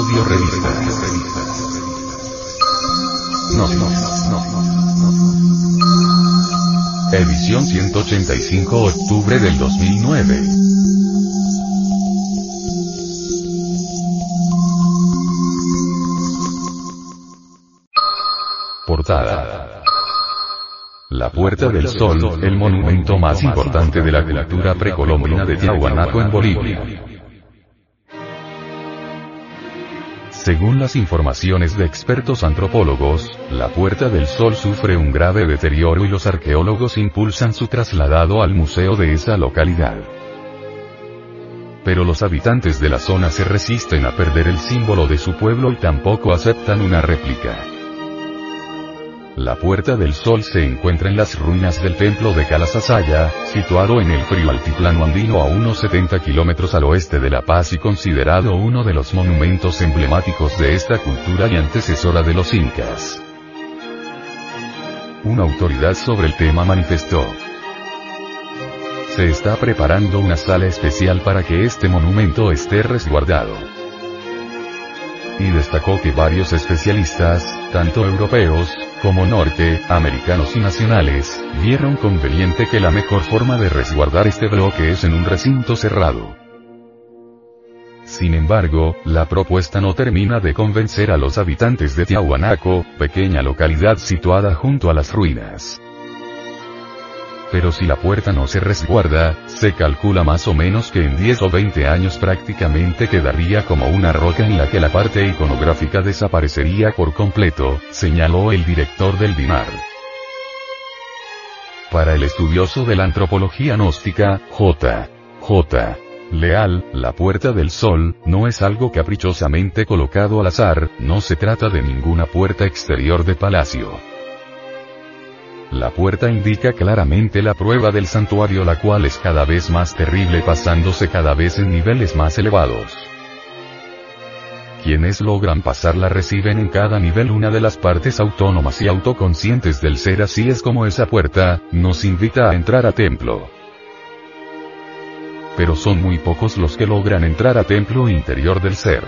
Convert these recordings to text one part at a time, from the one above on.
Audio Revista. Edición 185, octubre del 2009. Portada. La Puerta del Sol, el monumento más importante de la cultura precolombina de Tiahuanaco en Bolivia. Según las informaciones de expertos antropólogos, la Puerta del Sol sufre un grave deterioro y los arqueólogos impulsan su trasladado al museo de esa localidad. Pero los habitantes de la zona se resisten a perder el símbolo de su pueblo y tampoco aceptan una réplica. La Puerta del Sol se encuentra en las ruinas del templo de Calasasaya, situado en el frío altiplano andino a unos 70 kilómetros al oeste de La Paz y considerado uno de los monumentos emblemáticos de esta cultura y antecesora de los incas. Una autoridad sobre el tema manifestó: se está preparando una sala especial para que este monumento esté resguardado. Y destacó que varios especialistas, tanto europeos, como norteamericanos y nacionales, vieron conveniente que la mejor forma de resguardar este bloque es en un recinto cerrado. Sin embargo, la propuesta no termina de convencer a los habitantes de Tiahuanaco, pequeña localidad situada junto a las ruinas. Pero si la puerta no se resguarda, se calcula más o menos que en 10 o 20 años prácticamente quedaría como una roca en la que la parte iconográfica desaparecería por completo, señaló el director del BIMAR. Para el estudioso de la antropología gnóstica, J. Leal, la Puerta del Sol no es algo caprichosamente colocado al azar, no se trata de ninguna puerta exterior de palacio. La puerta indica claramente la prueba del santuario, la cual es cada vez más terrible, pasándose cada vez en niveles más elevados. Quienes logran pasarla reciben en cada nivel una de las partes autónomas y autoconscientes del ser, así es como esa puerta nos invita a entrar a templo. Pero son muy pocos los que logran entrar a templo interior del ser.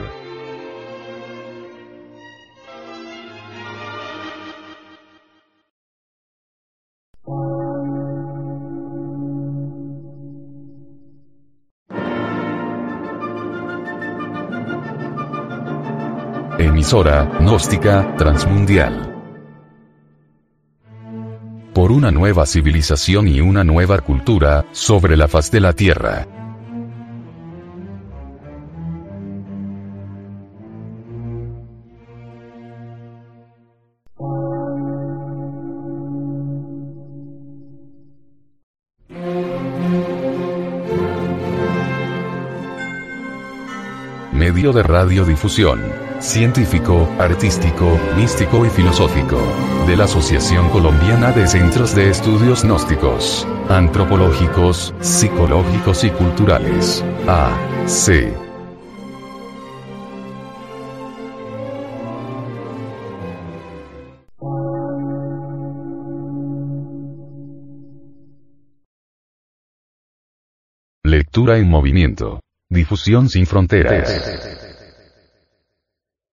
Emisora gnóstica transmundial. Por una nueva civilización y una nueva cultura sobre la faz de la Tierra. Medio de radiodifusión, científico, artístico, místico y filosófico, de la Asociación Colombiana de Centros de Estudios Gnósticos, Antropológicos, Psicológicos y Culturales, AC. Lectura en movimiento. Difusión sin fronteras.